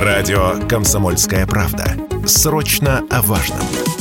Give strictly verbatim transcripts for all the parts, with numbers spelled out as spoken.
Радио «Комсомольская правда». Срочно о важном.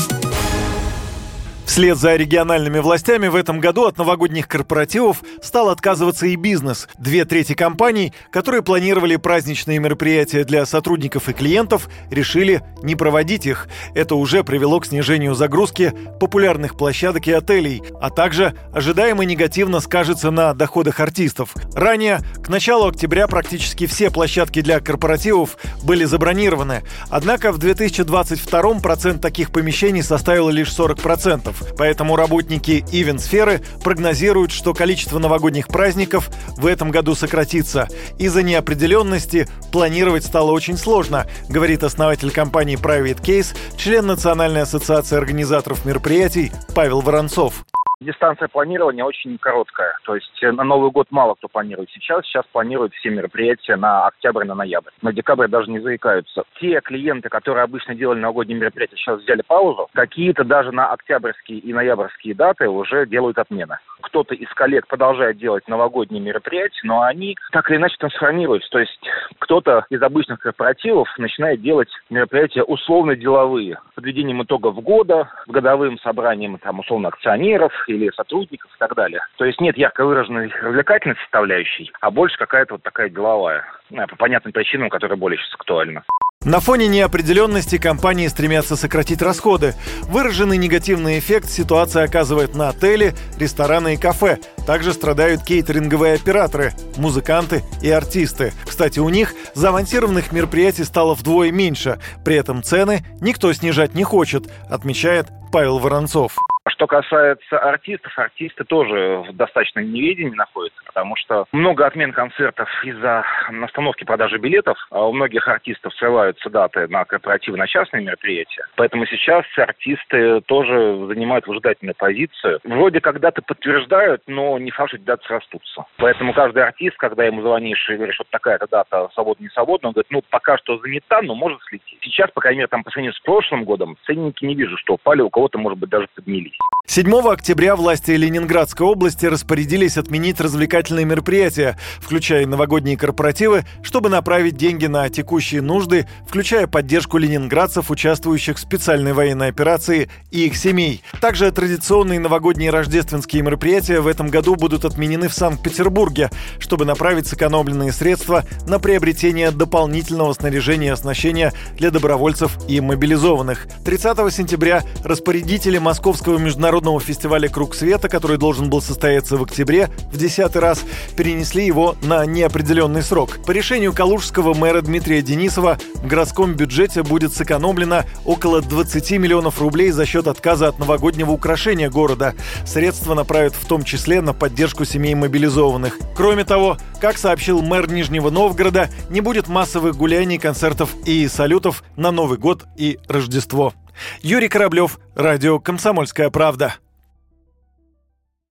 Вслед за региональными властями в этом году от новогодних корпоративов стал отказываться и бизнес. Две трети компаний, которые планировали праздничные мероприятия для сотрудников и клиентов, решили не проводить их. Это уже привело к снижению загрузки популярных площадок и отелей, а также ожидаемо негативно скажется на доходах артистов. Ранее, к началу октября, практически все площадки для корпоративов были забронированы. Однако в две тысячи двадцать втором процент таких помещений составил лишь сорок процентов. Поэтому работники ивент-сферы прогнозируют, что количество новогодних праздников в этом году сократится. Из-за неопределенности планировать стало очень сложно, говорит основатель компании Private Case, член Национальной ассоциации организаторов мероприятий Павел Воронцов. Дистанция планирования очень короткая. То есть на Новый год мало кто планирует сейчас. Сейчас планируют все мероприятия на октябрь, на ноябрь. На декабрь даже не заикаются. Те клиенты, которые обычно делали новогодние мероприятия, сейчас взяли паузу. Какие-то даже на октябрьские и ноябрьские даты уже делают отмены. Кто-то из коллег продолжает делать новогодние мероприятия, но они так или иначе трансформируются. То есть кто-то из обычных корпоративов начинает делать мероприятия условно-деловые. Подведением итогов года, с годовым собранием там, условно акционеров или сотрудников и так далее. То есть нет ярко выраженной развлекательной составляющей, а больше какая-то вот такая деловая. По понятным причинам, которая более сейчас актуальна. На фоне неопределенности компании стремятся сократить расходы. Выраженный негативный эффект ситуация оказывает на отели, рестораны и кафе. Также страдают кейтеринговые операторы, музыканты и артисты. Кстати, у них заавансированных мероприятий стало вдвое меньше. При этом цены никто снижать не хочет, отмечает Павел Воронцов. Что касается артистов, артисты тоже в достаточном неведении находятся, потому что много отмен концертов из-за остановки продажи билетов. А у многих артистов срываются даты на корпоративы, на частные мероприятия. Поэтому сейчас артисты тоже занимают выжидательную позицию. Вроде как даты подтверждают, но не факт, что эти даты срастутся. Поэтому каждый артист, когда ему звонишь и говоришь, вот такая-то дата свободна, не свободна, он говорит, ну пока что занята, но может слететь. Сейчас, по крайней мере, там по сравнению с прошлым годом, ценники не вижу, что упали, у кого-то, может быть, даже поднялись. седьмого октября власти Ленинградской области распорядились отменить развлекательные мероприятия, включая новогодние корпоративы, чтобы направить деньги на текущие нужды, включая поддержку ленинградцев, участвующих в специальной военной операции, и их семей. Также традиционные новогодние рождественские мероприятия в этом году будут отменены в Санкт-Петербурге, чтобы направить сэкономленные средства на приобретение дополнительного снаряжения и оснащения для добровольцев и мобилизованных. тридцатого сентября распорядители Московского международного фестиваля «Круг света», который должен был состояться в октябре, в десятый раз перенесли его на неопределенный срок. По решению калужского мэра Дмитрия Денисова в городском бюджете будет сэкономлено около двадцать миллионов рублей за счет отказа от новогоднего украшения города. Средства направят в том числе на поддержку семей мобилизованных. Кроме того, как сообщил мэр Нижнего Новгорода, не будет массовых гуляний, концертов и салютов на Новый год и Рождество. Юрий Кораблев, радио «Комсомольская правда».